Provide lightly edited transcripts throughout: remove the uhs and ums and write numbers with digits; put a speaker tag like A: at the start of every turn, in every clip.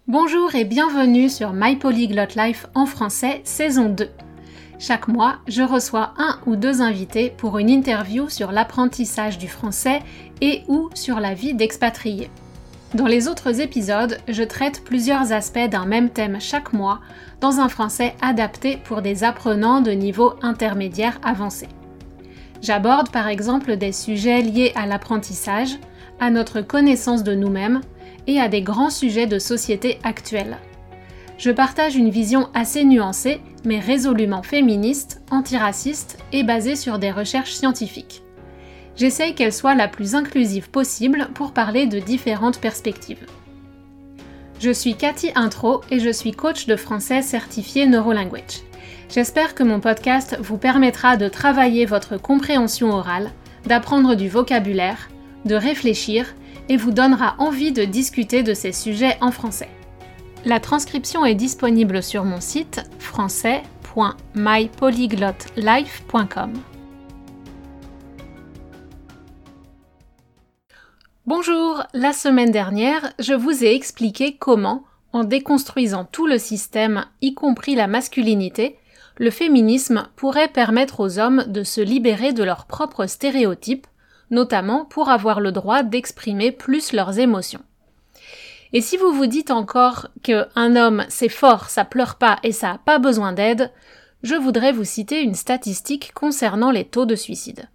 A: Bonjour et bienvenue sur My Polyglot Life en français, saison 2. Chaque mois, je reçois un ou deux invités pour une interview sur l'apprentissage du français et ou sur la vie d'expatrié. Dans les autres épisodes, je traite plusieurs aspects d'un même thème chaque mois dans un français adapté pour des apprenants de niveau intermédiaire avancé. J'aborde par exemple des sujets liés à l'apprentissage, à notre connaissance de nous-mêmes et à des grands sujets de société actuels. Je partage une vision assez nuancée, mais résolument féministe, antiraciste et basée sur des recherches scientifiques. J'essaye qu'elle soit la plus inclusive possible pour parler de différentes perspectives. Je suis Cathy Intro et je suis coach de français certifié NeuroLanguage. J'espère que mon podcast vous permettra de travailler votre compréhension orale, d'apprendre du vocabulaire, de réfléchir et vous donnera envie de discuter de ces sujets en français. La transcription est disponible sur mon site français.mypolyglotlife.com. Bonjour, la semaine dernière, je vous ai expliqué comment, en déconstruisant tout le système, y compris la masculinité, le féminisme pourrait permettre aux hommes de se libérer de leurs propres stéréotypes, notamment pour avoir le droit d'exprimer plus leurs émotions. Et si vous vous dites encore qu'un homme c'est fort, ça pleure pas et ça a pas besoin d'aide, je voudrais vous citer une statistique concernant les taux de suicide.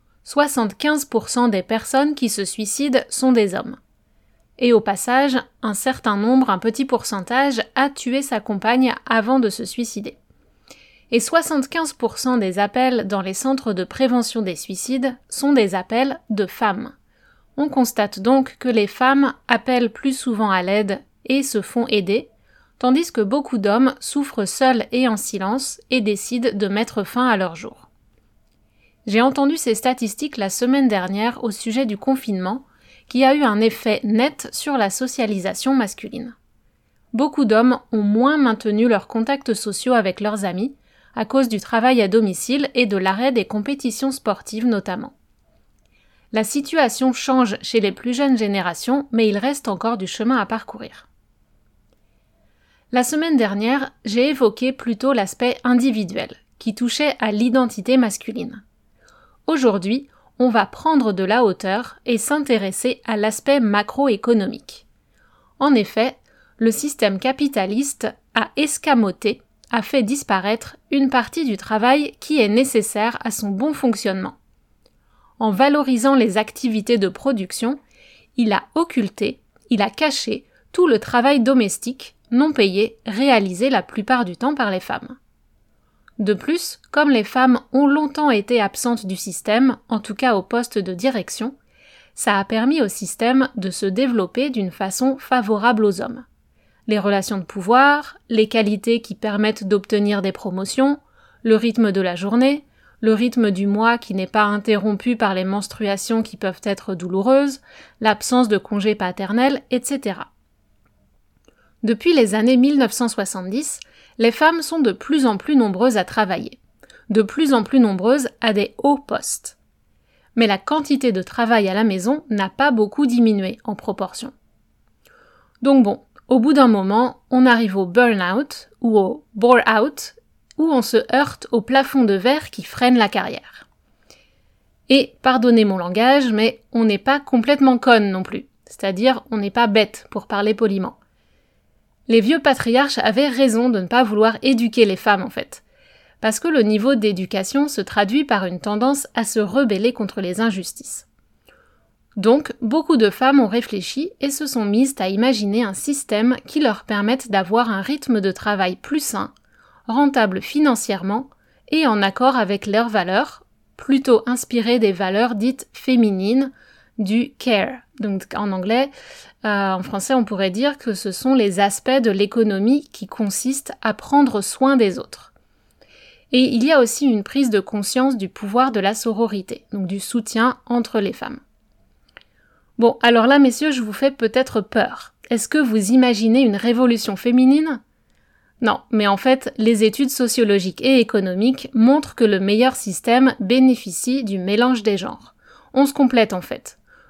A: 75% des personnes qui se suicident sont des hommes. Et au passage, un petit pourcentage a tué sa compagne avant de se suicider. Et 75% des appels dans les centres de prévention des suicides sont des appels de femmes. On constate donc que les femmes appellent plus souvent à l'aide et se font aider, tandis que beaucoup d'hommes souffrent seuls et en silence et décident de mettre fin à leur jour. J'ai entendu ces statistiques la semaine dernière au sujet du confinement, qui a eu un effet net sur la socialisation masculine. Beaucoup d'hommes ont moins maintenu leurs contacts sociaux avec leurs amis, à cause du travail à domicile et de l'arrêt des compétitions sportives notamment. La situation change chez les plus jeunes générations, mais il reste encore du chemin à parcourir. La semaine dernière, j'ai évoqué plutôt l'aspect individuel, qui touchait à l'identité masculine. Aujourd'hui, on va prendre de la hauteur et s'intéresser à l'aspect macroéconomique. En effet, le système capitaliste a escamoté, a fait disparaître une partie du travail qui est nécessaire à son bon fonctionnement. En valorisant les activités de production, il a occulté, il a caché tout le travail domestique, non payé, réalisé la plupart du temps par les femmes. De plus, comme les femmes ont longtemps été absentes du système, en tout cas au poste de direction, ça a permis au système de se développer d'une façon favorable aux hommes. Les relations de pouvoir, les qualités qui permettent d'obtenir des promotions, le rythme de la journée, le rythme du mois qui n'est pas interrompu par les menstruations qui peuvent être douloureuses, l'absence de congé paternel, etc. Depuis les années 1970, les femmes sont de plus en plus nombreuses à travailler, de plus en plus nombreuses à des hauts postes. Mais la quantité de travail à la maison n'a pas beaucoup diminué en proportion. Donc bon, au bout d'un moment, on arrive au burn-out ou au bore-out, où on se heurte au plafond de verre qui freine la carrière. Et, pardonnez mon langage, mais on n'est pas complètement conne non plus, c'est-à-dire on n'est pas bête pour parler poliment. Les vieux patriarches avaient raison de ne pas vouloir éduquer les femmes en fait, parce que le niveau d'éducation se traduit par une tendance à se rebeller contre les injustices. Donc, beaucoup de femmes ont réfléchi et se sont mises à imaginer un système qui leur permette d'avoir un rythme de travail plus sain, rentable financièrement et en accord avec leurs valeurs, plutôt inspiré des valeurs dites féminines du care. Donc en anglais, en français on pourrait dire que ce sont les aspects de l'économie qui consistent à prendre soin des autres. Et il y a aussi une prise de conscience du pouvoir de la sororité, donc du soutien entre les femmes. Bon, alors là, messieurs, je vous fais peut-être peur. Est-ce que vous imaginez une révolution féminine ? Non, mais en fait, les études sociologiques et économiques montrent que le meilleur système bénéficie du mélange des genres. On se complète en fait.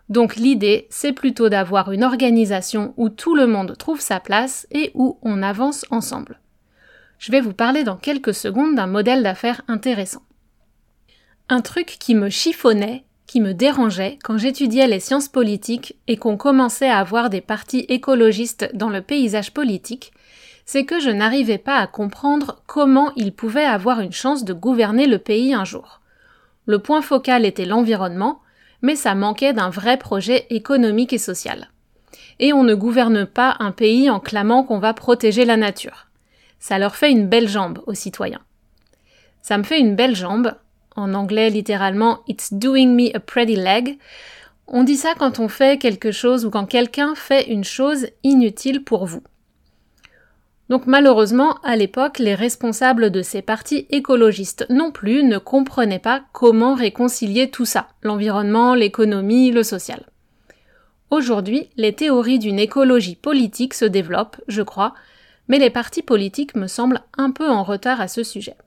A: Donc l'idée, c'est plutôt d'avoir une organisation où tout le monde trouve sa place et où on avance ensemble. Je vais vous parler dans quelques secondes d'un modèle d'affaires intéressant. Un truc qui me chiffonnait, qui me dérangeait quand j'étudiais les sciences politiques et qu'on commençait à avoir des partis écologistes dans le paysage politique, c'est que je n'arrivais pas à comprendre comment ils pouvaient avoir une chance de gouverner le pays un jour. Le point focal était l'environnement, mais ça manquait d'un vrai projet économique et social. Et on ne gouverne pas un pays en clamant qu'on va protéger la nature. Ça leur fait une belle jambe aux citoyens. Ça me fait une belle jambe, en anglais littéralement « it's doing me a pretty leg ». On dit ça quand on fait quelque chose ou quand quelqu'un fait une chose inutile pour vous. Donc malheureusement, à l'époque, les responsables de ces partis écologistes non plus ne comprenaient pas comment réconcilier tout ça, l'environnement, l'économie, le social. Aujourd'hui, les théories d'une écologie politique se développent, je crois, mais les partis politiques me semblent un peu en retard à ce sujet.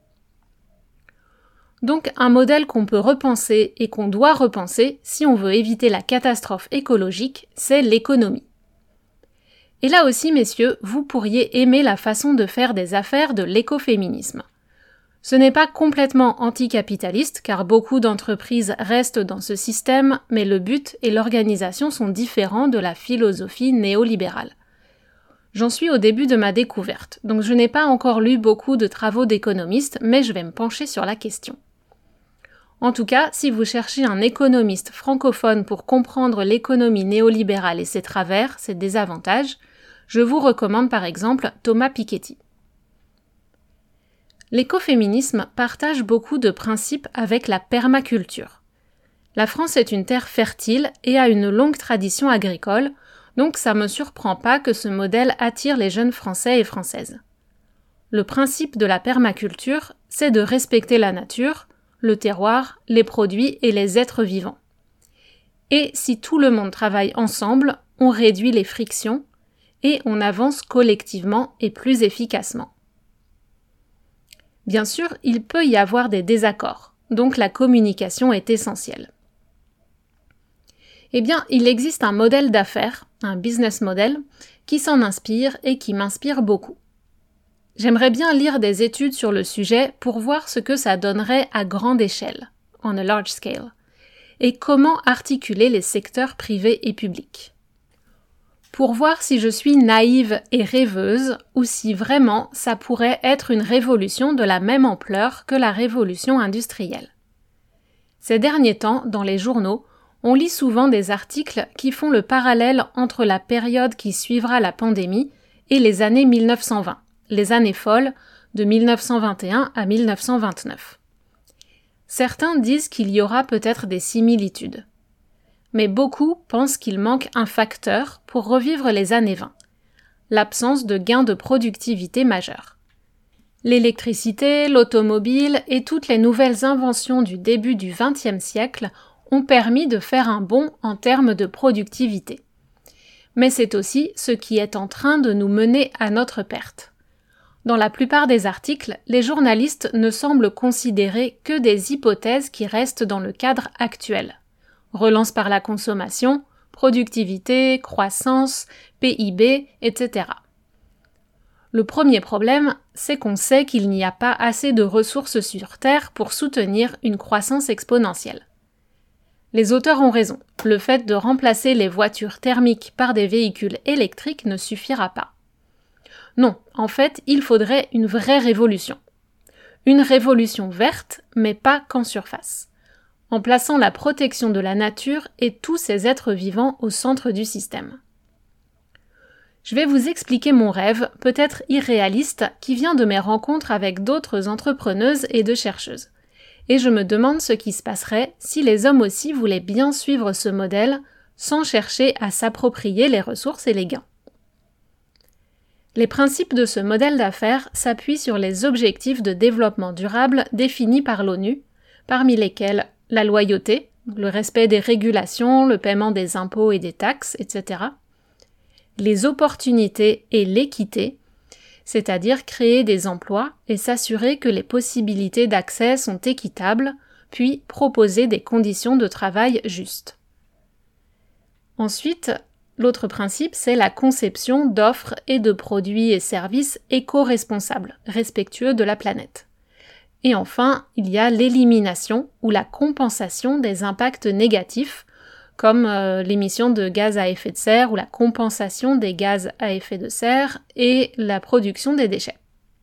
A: Donc un modèle qu'on peut repenser et qu'on doit repenser si on veut éviter la catastrophe écologique, c'est l'économie. Et là aussi, messieurs, vous pourriez aimer la façon de faire des affaires de l'écoféminisme. Ce n'est pas complètement anticapitaliste, car beaucoup d'entreprises restent dans ce système, mais le but et l'organisation sont différents de la philosophie néolibérale. J'en suis au début de ma découverte, donc je n'ai pas encore lu beaucoup de travaux d'économistes, mais je vais me pencher sur la question. En tout cas, si vous cherchez un économiste francophone pour comprendre l'économie néolibérale et ses travers, ses désavantages, je vous recommande par exemple Thomas Piketty. L'écoféminisme partage beaucoup de principes avec la permaculture. La France est une terre fertile et a une longue tradition agricole, donc ça ne me surprend pas que ce modèle attire les jeunes Français et Françaises. Le principe de la permaculture, c'est de respecter la nature, le terroir, les produits et les êtres vivants. Et si tout le monde travaille ensemble, on réduit les frictions et on avance collectivement et plus efficacement. Bien sûr, il peut y avoir des désaccords, donc la communication est essentielle. Eh bien, il existe un modèle d'affaires, un business model, qui s'en inspire et qui m'inspire beaucoup. J'aimerais bien lire des études sur le sujet pour voir ce que ça donnerait à grande échelle, on a large scale, et comment articuler les secteurs privés et publics. Pour voir si je suis naïve et rêveuse ou si vraiment ça pourrait être une révolution de la même ampleur que la révolution industrielle. Ces derniers temps, dans les journaux, on lit souvent des articles qui font le parallèle entre la période qui suivra la pandémie et les années 1920, les années folles de 1921 à 1929. Certains disent qu'il y aura peut-être des similitudes. Mais beaucoup pensent qu'il manque un facteur pour revivre les années 20, l'absence de gains de productivité majeurs. L'électricité, l'automobile et toutes les nouvelles inventions du début du XXe siècle ont permis de faire un bond en termes de productivité. Mais c'est aussi ce qui est en train de nous mener à notre perte. Dans la plupart des articles, les journalistes ne semblent considérer que des hypothèses qui restent dans le cadre actuel. Relance par la consommation, productivité, croissance, PIB, etc. Le premier problème, c'est qu'on sait qu'il n'y a pas assez de ressources sur Terre pour soutenir une croissance exponentielle. Les auteurs ont raison, le fait de remplacer les voitures thermiques par des véhicules électriques ne suffira pas. Non, en fait, il faudrait une vraie révolution. Une révolution verte, mais pas qu'en surface, en plaçant la protection de la nature et tous ces êtres vivants au centre du système. Je vais vous expliquer mon rêve, peut-être irréaliste, qui vient de mes rencontres avec d'autres entrepreneuses et de chercheuses. Et je me demande ce qui se passerait si les hommes aussi voulaient bien suivre ce modèle sans chercher à s'approprier les ressources et les gains. Les principes de ce modèle d'affaires s'appuient sur les objectifs de développement durable définis par l'ONU, parmi lesquels la loyauté, le respect des régulations, le paiement des impôts et des taxes, etc., les opportunités et l'équité, c'est-à-dire créer des emplois et s'assurer que les possibilités d'accès sont équitables, puis proposer des conditions de travail justes. Ensuite, l'autre principe, c'est la conception d'offres et de produits et services éco-responsables, respectueux de la planète. Et enfin, il y a l'élimination ou la compensation des impacts négatifs, comme l'émission de gaz à effet de serre ou la compensation des gaz à effet de serre et la production des déchets.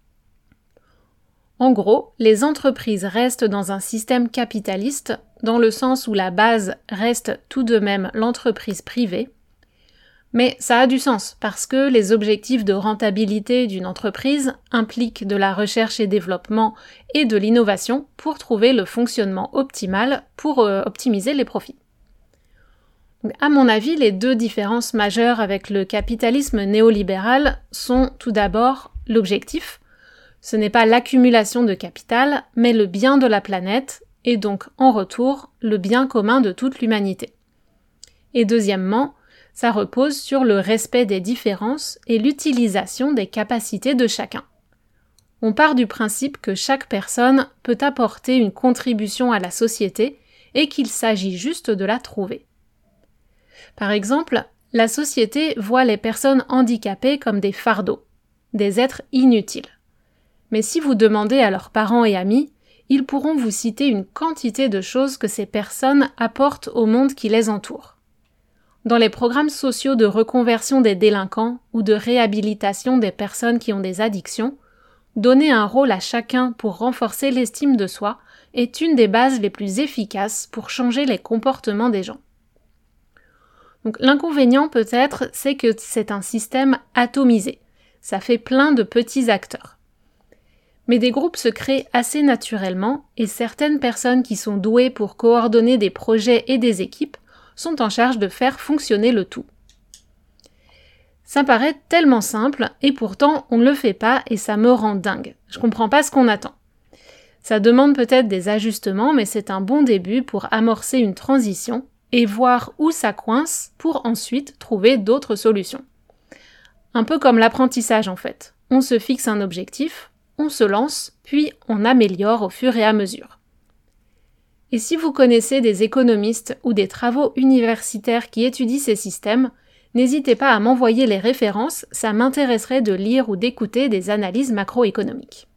A: En gros, les entreprises restent dans un système capitaliste, dans le sens où la base reste tout de même l'entreprise privée, mais ça a du sens parce que les objectifs de rentabilité d'une entreprise impliquent de la recherche et développement et de l'innovation pour trouver le fonctionnement optimal pour optimiser les profits. Donc, à mon avis, les deux différences majeures avec le capitalisme néolibéral sont tout d'abord l'objectif. Ce n'est pas l'accumulation de capital, mais le bien de la planète et donc en retour le bien commun de toute l'humanité. Et deuxièmement, ça repose sur le respect des différences et l'utilisation des capacités de chacun. On part du principe que chaque personne peut apporter une contribution à la société et qu'il s'agit juste de la trouver. Par exemple, la société voit les personnes handicapées comme des fardeaux, des êtres inutiles. Mais si vous demandez à leurs parents et amis, ils pourront vous citer une quantité de choses que ces personnes apportent au monde qui les entoure. Dans les programmes sociaux de reconversion des délinquants ou de réhabilitation des personnes qui ont des addictions, donner un rôle à chacun pour renforcer l'estime de soi est une des bases les plus efficaces pour changer les comportements des gens. Donc, l'inconvénient peut-être, c'est que c'est un système atomisé. Ça fait plein de petits acteurs. Mais des groupes se créent assez naturellement et certaines personnes qui sont douées pour coordonner des projets et des équipes sont en charge de faire fonctionner le tout. Ça paraît tellement simple et pourtant on ne le fait pas et ça me rend dingue. Je comprends pas ce qu'on attend. Ça demande peut-être des ajustements, mais c'est un bon début pour amorcer une transition et voir où ça coince pour ensuite trouver d'autres solutions. Un peu comme l'apprentissage en fait. On se fixe un objectif, on se lance, puis on améliore au fur et à mesure. Et si vous connaissez des économistes ou des travaux universitaires qui étudient ces systèmes, n'hésitez pas à m'envoyer les références, ça m'intéresserait de lire ou d'écouter des analyses macroéconomiques.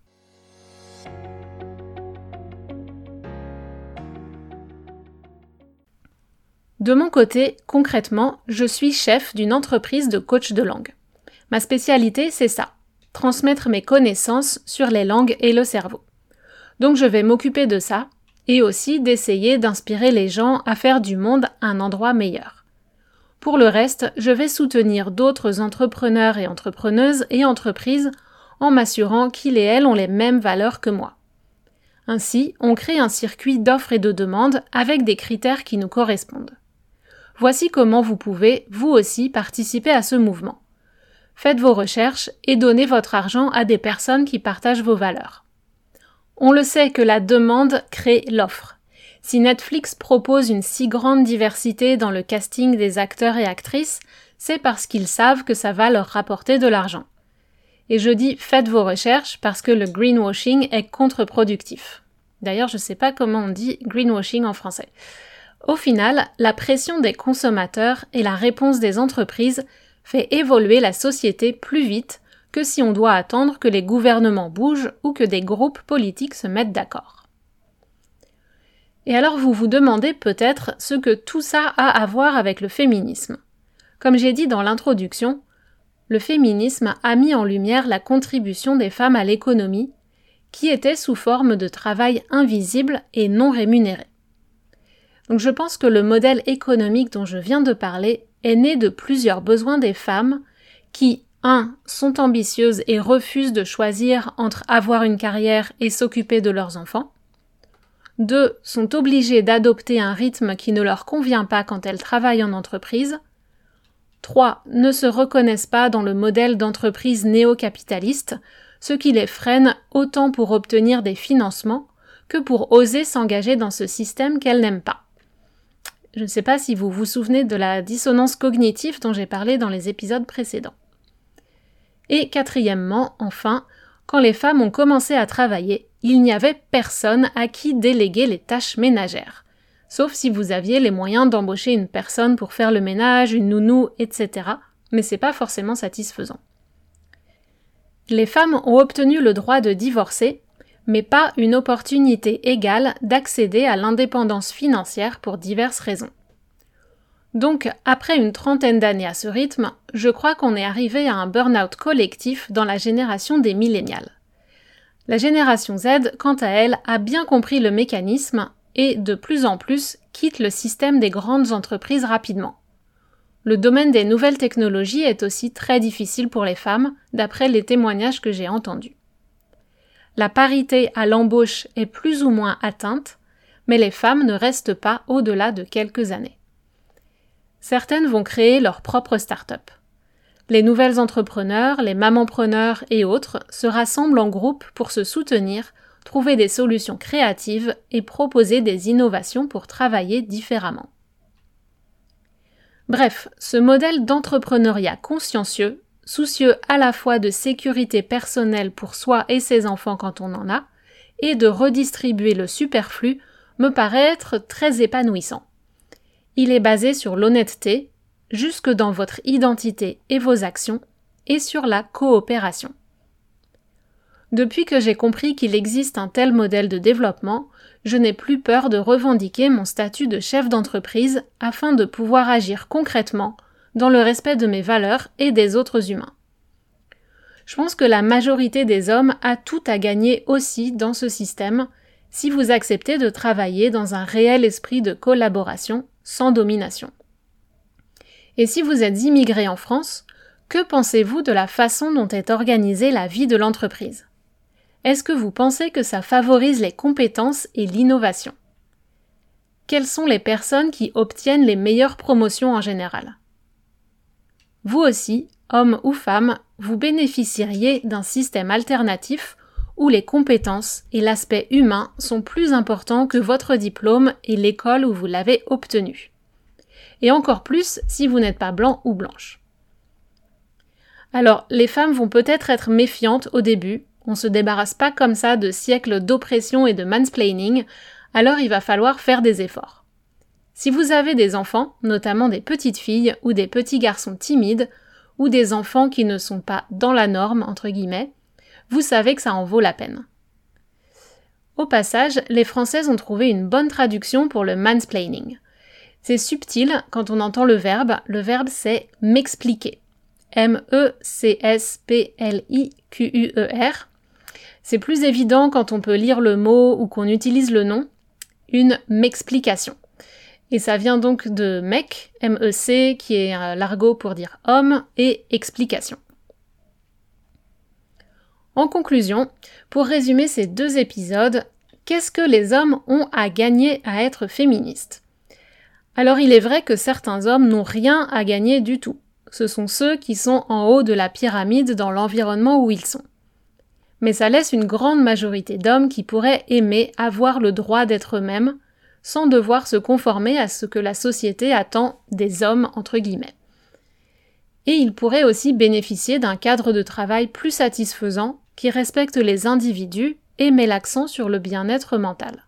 A: De mon côté, concrètement, je suis chef d'une entreprise de coach de langue. Ma spécialité, c'est ça, transmettre mes connaissances sur les langues et le cerveau. Donc je vais m'occuper de ça, et aussi d'essayer d'inspirer les gens à faire du monde un endroit meilleur. Pour le reste, je vais soutenir d'autres entrepreneurs et entrepreneuses et entreprises en m'assurant qu'ils et elles ont les mêmes valeurs que moi. Ainsi, on crée un circuit d'offres et de demandes avec des critères qui nous correspondent. Voici comment vous pouvez, vous aussi, participer à ce mouvement. Faites vos recherches et donnez votre argent à des personnes qui partagent vos valeurs. On le sait que la demande crée l'offre. Si Netflix propose une si grande diversité dans le casting des acteurs et actrices, c'est parce qu'ils savent que ça va leur rapporter de l'argent. Et je dis faites vos recherches parce que le greenwashing est contre-productif. D'ailleurs, je ne sais pas comment on dit greenwashing en français. Au final, la pression des consommateurs et la réponse des entreprises fait évoluer la société plus vite que si on doit attendre que les gouvernements bougent ou que des groupes politiques se mettent d'accord. Et alors vous vous demandez peut-être ce que tout ça a à voir avec le féminisme. Comme j'ai dit dans l'introduction, le féminisme a mis en lumière la contribution des femmes à l'économie, qui était sous forme de travail invisible et non rémunéré. Donc je pense que le modèle économique dont je viens de parler est né de plusieurs besoins des femmes qui, 1. sont ambitieuses et refusent de choisir entre avoir une carrière et s'occuper de leurs enfants. 2. sont obligées d'adopter un rythme qui ne leur convient pas quand elles travaillent en entreprise. 3. ne se reconnaissent pas dans le modèle d'entreprise néo-capitaliste, ce qui les freine autant pour obtenir des financements que pour oser s'engager dans ce système qu'elles n'aiment pas. Je ne sais pas si vous vous souvenez de la dissonance cognitive dont j'ai parlé dans les épisodes précédents. Et quatrièmement, enfin, quand les femmes ont commencé à travailler, il n'y avait personne à qui déléguer les tâches ménagères. sauf si vous aviez les moyens d'embaucher une personne pour faire le ménage, une nounou, etc., mais c'est pas forcément satisfaisant. Les femmes ont obtenu le droit de divorcer, mais pas une opportunité égale d'accéder à l'indépendance financière pour diverses raisons. Donc, après une trentaine d'années à ce rythme, je crois qu'on est arrivé à un burn-out collectif dans la génération des millénials. La génération Z, quant à elle, a bien compris le mécanisme et, de plus en plus, quitte le système des grandes entreprises rapidement. Le domaine des nouvelles technologies est aussi très difficile pour les femmes, d'après les témoignages que j'ai entendus. La parité à l'embauche est plus ou moins atteinte, mais les femmes ne restent pas au-delà de quelques années. Certaines vont créer leur propre start-up. Les nouvelles entrepreneurs, les mamanpreneurs et autres se rassemblent en groupe pour se soutenir, trouver des solutions créatives et proposer des innovations pour travailler différemment. Bref, ce modèle d'entrepreneuriat consciencieux, soucieux à la fois de sécurité personnelle pour soi et ses enfants quand on en a, et de redistribuer le superflu, me paraît être très épanouissant. Il est basé sur l'honnêteté, jusque dans votre identité et vos actions, et sur la coopération. Depuis que j'ai compris qu'il existe un tel modèle de développement, je n'ai plus peur de revendiquer mon statut de chef d'entreprise afin de pouvoir agir concrètement dans le respect de mes valeurs et des autres humains. Je pense que la majorité des hommes a tout à gagner aussi dans ce système si vous acceptez de travailler dans un réel esprit de collaboration sans domination. Et si vous êtes immigré en France, que pensez-vous de la façon dont est organisée la vie de l'entreprise ? Est-ce que vous pensez que ça favorise les compétences et l'innovation ? Quelles sont les personnes qui obtiennent les meilleures promotions en général ? Vous aussi, hommes ou femmes, vous bénéficieriez d'un système alternatif où les compétences et l'aspect humain sont plus importants que votre diplôme et l'école où vous l'avez obtenu. Et encore plus si vous n'êtes pas blanc ou blanche. Alors, les femmes vont peut-être être méfiantes au début, on ne se débarrasse pas comme ça de siècles d'oppression et de mansplaining, alors il va falloir faire des efforts. Si vous avez des enfants, notamment des petites filles ou des petits garçons timides, ou des enfants qui ne sont pas dans la norme, entre guillemets, vous savez que ça en vaut la peine. Au passage, les Françaises ont trouvé une bonne traduction pour le mansplaining. C'est subtil quand on entend le verbe c'est « m'expliquer ». M-E-C-S-P-L-I-Q-U-E-R. C'est plus évident quand on peut lire le mot ou qu'on utilise le nom, une m'explication. Et ça vient donc de mec, M-E-C, qui est l'argot pour dire homme, et explication. En conclusion, pour résumer ces deux épisodes, qu'est-ce que les hommes ont à gagner à être féministes ? Alors il est vrai que certains hommes n'ont rien à gagner du tout. Ce sont ceux qui sont en haut de la pyramide dans l'environnement où ils sont. Mais ça laisse une grande majorité d'hommes qui pourraient aimer avoir le droit d'être eux-mêmes, sans devoir se conformer à ce que la société attend des hommes, entre guillemets. Et ils pourraient aussi bénéficier d'un cadre de travail plus satisfaisant, qui respecte les individus et met l'accent sur le bien-être mental.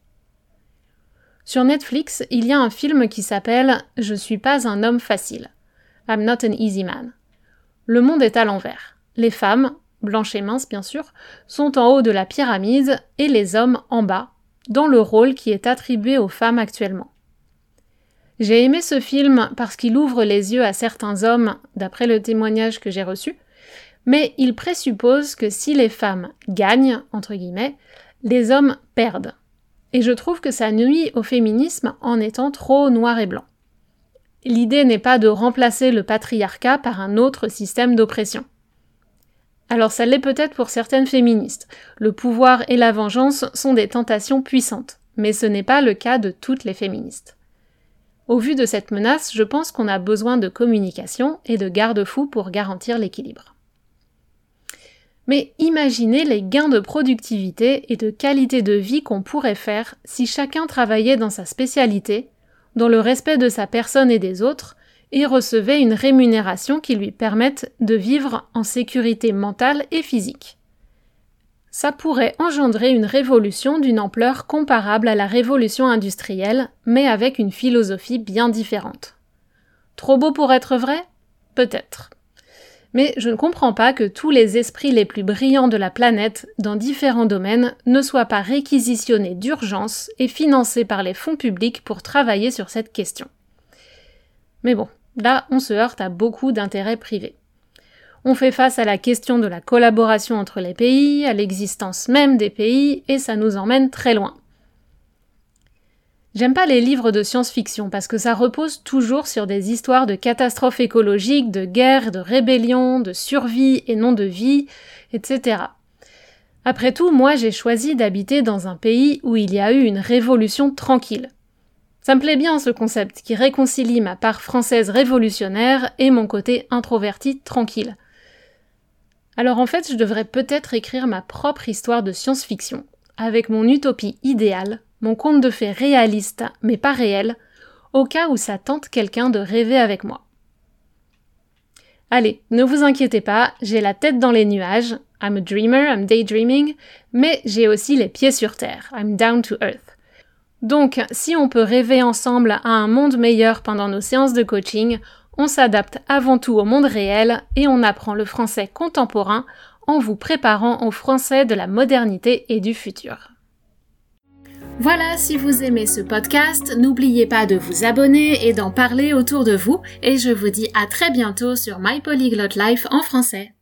A: Sur Netflix, il y a un film qui s'appelle « Je suis pas un homme facile ». I'm not an easy man. Le monde est à l'envers. Les femmes, blanches et minces bien sûr, sont en haut de la pyramide et les hommes en bas, dans le rôle qui est attribué aux femmes actuellement. J'ai aimé ce film parce qu'il ouvre les yeux à certains hommes, d'après le témoignage que j'ai reçu, mais il présuppose que si les femmes gagnent, entre guillemets, les hommes perdent. Et je trouve que ça nuit au féminisme en étant trop noir et blanc. L'idée n'est pas de remplacer le patriarcat par un autre système d'oppression. Alors ça l'est peut-être pour certaines féministes. Le pouvoir et la vengeance sont des tentations puissantes, mais ce n'est pas le cas de toutes les féministes. Au vu de cette menace, je pense qu'on a besoin de communication et de garde-fous pour garantir l'équilibre. Mais imaginez les gains de productivité et de qualité de vie qu'on pourrait faire si chacun travaillait dans sa spécialité, dans le respect de sa personne et des autres, et recevait une rémunération qui lui permette de vivre en sécurité mentale et physique. ça pourrait engendrer une révolution d'une ampleur comparable à la révolution industrielle, mais avec une philosophie bien différente. Trop beau pour être vrai ? Peut-être. Mais je ne comprends pas que tous les esprits les plus brillants de la planète, dans différents domaines, ne soient pas réquisitionnés d'urgence et financés par les fonds publics pour travailler sur cette question. Mais bon, là, on se heurte à beaucoup d'intérêts privés. On fait face à la question de la collaboration entre les pays, à l'existence même des pays, et ça nous emmène très loin. J'aime pas les livres de science-fiction parce que ça repose toujours sur des histoires de catastrophes écologiques, de guerres, de rébellions, de survie et non de vie, etc. Après tout, moi j'ai choisi d'habiter dans un pays où il y a eu une révolution tranquille. Ça me plaît bien ce concept qui réconcilie ma part française révolutionnaire et mon côté introverti tranquille. Alors en fait, je devrais peut-être écrire ma propre histoire de science-fiction, avec mon utopie idéale, mon conte de fées réaliste, mais pas réel, au cas où ça tente quelqu'un de rêver avec moi. Allez, ne vous inquiétez pas, j'ai la tête dans les nuages, I'm a dreamer, I'm daydreaming, mais j'ai aussi les pieds sur terre, I'm down to earth. Donc, si on peut rêver ensemble à un monde meilleur pendant nos séances de coaching, on s'adapte avant tout au monde réel et on apprend le français contemporain en vous préparant au français de la modernité et du futur. Voilà, si vous aimez ce podcast, n'oubliez pas de vous abonner et d'en parler autour de vous et je vous dis à très bientôt sur My Polyglot Life en français.